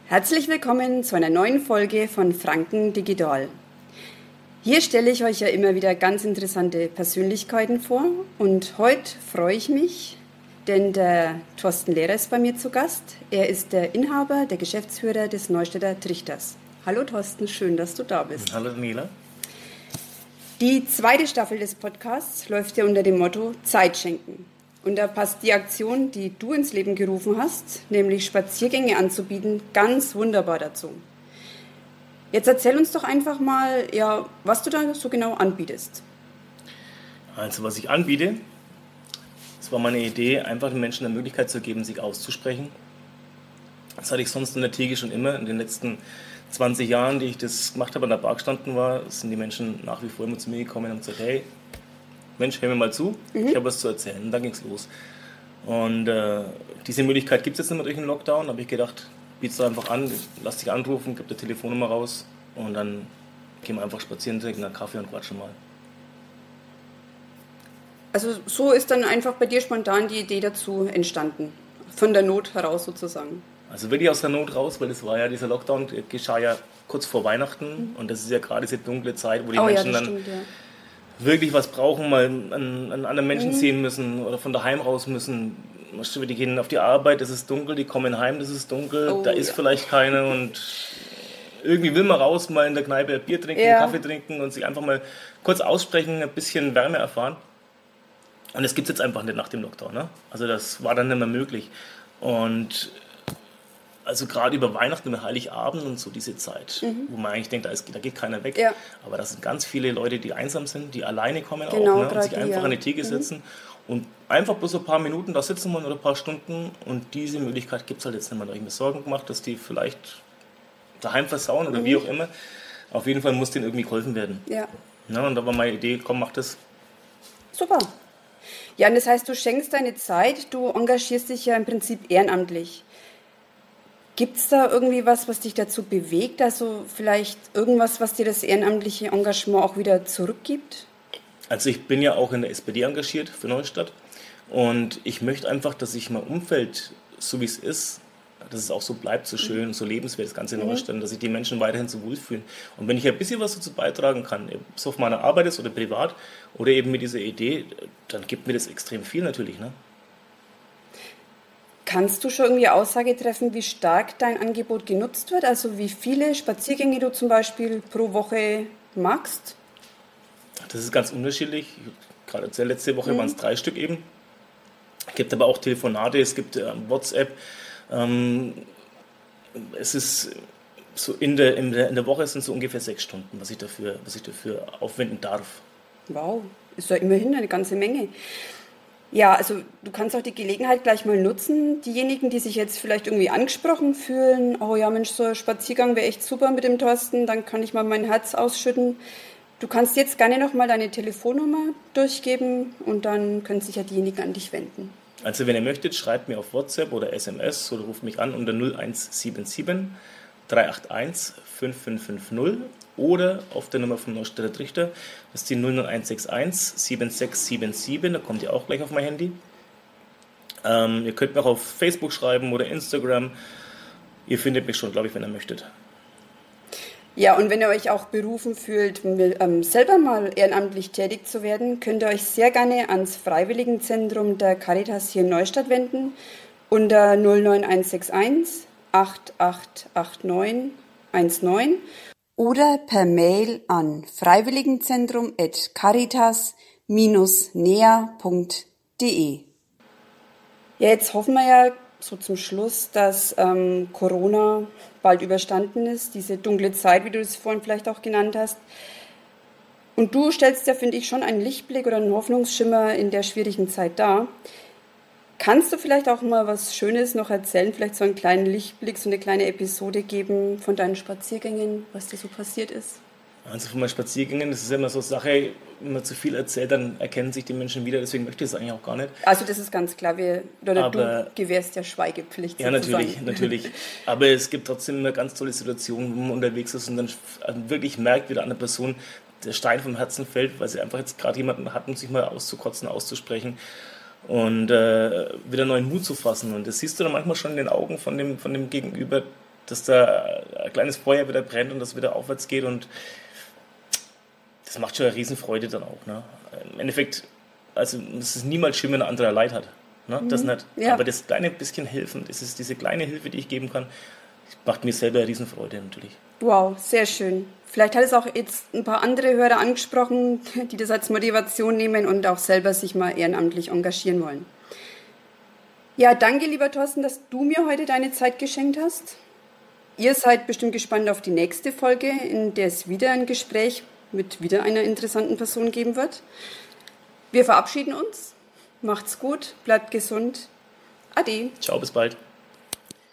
Herzlich willkommen zu einer neuen Folge von Franken Digital. Hier stelle ich euch ja immer wieder ganz interessante Persönlichkeiten vor und heute freue ich mich, denn der Thorsten Lehrer ist bei mir zu Gast. Er ist der Inhaber, der Geschäftsführer des Neustädter Trichters. Hallo Thorsten, schön, dass du da bist. Hallo Daniela. Die zweite Staffel des Podcasts läuft ja unter dem Motto Zeit schenken. Und da passt die Aktion, die du ins Leben gerufen hast, nämlich Spaziergänge anzubieten, ganz wunderbar dazu. Jetzt erzähl uns doch einfach mal, was du da so genau anbietest. Also was ich anbiete, das war meine Idee, einfach den Menschen eine Möglichkeit zu geben, sich auszusprechen. Das hatte ich sonst in der Theke schon immer. In den letzten 20 Jahren, die ich das gemacht habe, an der Bar gestanden war, sind die Menschen nach wie vor immer zu mir gekommen und haben gesagt, hey, Mensch, hör mir mal zu, ich habe was zu erzählen. Und dann ging es los. Und diese Möglichkeit gibt es jetzt nicht mehr durch den Lockdown. Da habe ich gedacht, biet's doch einfach an, lass dich anrufen, gib die Telefonnummer raus und dann gehen wir einfach spazieren, trinken einen Kaffee und quatschen mal. Also so ist dann einfach bei dir spontan die Idee dazu entstanden, von der Not heraus sozusagen. Also wirklich aus der Not raus, weil das war ja, dieser Lockdown geschah ja kurz vor Weihnachten und das ist ja gerade diese dunkle Zeit, wo die Menschen dann wirklich was brauchen, mal einen anderen Menschen sehen müssen oder von daheim raus müssen. Die gehen auf die Arbeit, es ist dunkel, die kommen heim, es ist dunkel, da ist vielleicht keiner und irgendwie will man raus, mal in der Kneipe ein Bier trinken, Kaffee trinken und sich einfach mal kurz aussprechen, ein bisschen Wärme erfahren. Und das gibt es jetzt einfach nicht nach dem Lockdown. Ne? Also das war dann nicht mehr möglich. Und also gerade über Weihnachten, über Heiligabend und so diese Zeit, wo man eigentlich denkt, da geht keiner weg. Ja. Aber das sind ganz viele Leute, die einsam sind, die alleine kommen auch und sich einfach an die Theke setzen und einfach bloß ein paar Minuten da sitzen wollen oder ein paar Stunden. Und diese Möglichkeit gibt es halt jetzt nicht mehr. Da habe ich mir Sorgen gemacht, dass die vielleicht daheim versauen oder wie auch immer. Auf jeden Fall muss denen irgendwie geholfen werden. Ja. Ja, und da war meine Idee, komm, mach das. Super. Ja, und das heißt, du schenkst deine Zeit, du engagierst dich ja im Prinzip ehrenamtlich. Gibt es da irgendwie was dich dazu bewegt? Also vielleicht irgendwas, was dir das ehrenamtliche Engagement auch wieder zurückgibt? Also ich bin ja auch in der SPD engagiert für Neustadt und ich möchte einfach, dass sich mein Umfeld, so wie es ist, dass es auch so bleibt, so schön, so lebenswert, das ganze Neustadt, dass sich die Menschen weiterhin so wohlfühlen. Und wenn ich ein bisschen was dazu beitragen kann, ob es auf meiner Arbeit ist oder privat oder eben mit dieser Idee, dann gibt mir das extrem viel natürlich, ne? Kannst du schon irgendwie Aussage treffen, wie stark dein Angebot genutzt wird? Also wie viele Spaziergänge du zum Beispiel pro Woche machst? Das ist ganz unterschiedlich. Gerade letzte Woche waren es 3 Stück eben. Es gibt aber auch Telefonate, es gibt WhatsApp. Es ist so in der Woche sind so ungefähr 6 Stunden, was ich dafür aufwenden darf. Wow, ist ja immerhin eine ganze Menge. Ja, also du kannst auch die Gelegenheit gleich mal nutzen. Diejenigen, die sich jetzt vielleicht irgendwie angesprochen fühlen, oh ja Mensch, so ein Spaziergang wäre echt super mit dem Thorsten, dann kann ich mal mein Herz ausschütten. Du kannst jetzt gerne nochmal deine Telefonnummer durchgeben und dann können sich ja diejenigen an dich wenden. Also wenn ihr möchtet, schreibt mir auf WhatsApp oder SMS oder ruft mich an unter 0177 381 5550 oder auf der Nummer vom Neustädter Trichter, das ist die 00161 7677, da kommt ihr auch gleich auf mein Handy. Ihr könnt mir auch auf Facebook schreiben oder Instagram. Ihr findet mich schon, glaube ich, wenn ihr möchtet. Ja, und wenn ihr euch auch berufen fühlt, selber mal ehrenamtlich tätig zu werden, könnt ihr euch sehr gerne ans Freiwilligenzentrum der Caritas hier in Neustadt wenden unter 09161 8889 19 oder per Mail an freiwilligenzentrum@caritas-nea.de. Ja, jetzt hoffen wir ja so zum Schluss, dass Corona bald überstanden ist, diese dunkle Zeit, wie du es vorhin vielleicht auch genannt hast. Und du stellst ja, finde ich, schon einen Lichtblick oder einen Hoffnungsschimmer in der schwierigen Zeit dar. Kannst du vielleicht auch mal was Schönes noch erzählen, vielleicht so einen kleinen Lichtblick, so eine kleine Episode geben von deinen Spaziergängen, was dir so passiert ist? Also von meinen Spaziergängen, das ist immer so eine Sache, wenn man zu viel erzählt, dann erkennen sich die Menschen wieder, deswegen möchte ich es eigentlich auch gar nicht. Also das ist ganz klar, du gewährst ja Schweigepflicht. Ja, natürlich. Aber es gibt trotzdem eine ganz tolle Situation, wo man unterwegs ist und dann wirklich merkt, wie der andere Person der Stein vom Herzen fällt, weil sie einfach jetzt gerade jemanden hatten, sich mal auszukotzen, auszusprechen. Und wieder neuen Mut zu fassen. Und das siehst du dann manchmal schon in den Augen von dem Gegenüber, dass da ein kleines Feuer wieder brennt und das wieder aufwärts geht und das macht schon eine Riesenfreude dann auch. Ne? Im Endeffekt, also es ist niemals schlimm, wenn ein anderer Leid hat. Ne? Das nicht. Ja. Aber das kleine bisschen helfen, das ist diese kleine Hilfe, die ich geben kann, macht mir selber eine Riesenfreude natürlich. Wow, sehr schön. Vielleicht hat es auch jetzt ein paar andere Hörer angesprochen, die das als Motivation nehmen und auch selber sich mal ehrenamtlich engagieren wollen. Ja, danke, lieber Thorsten, dass du mir heute deine Zeit geschenkt hast. Ihr seid bestimmt gespannt auf die nächste Folge, in der es wieder ein Gespräch mit wieder einer interessanten Person geben wird. Wir verabschieden uns. Macht's gut, bleibt gesund. Ade. Ciao, bis bald.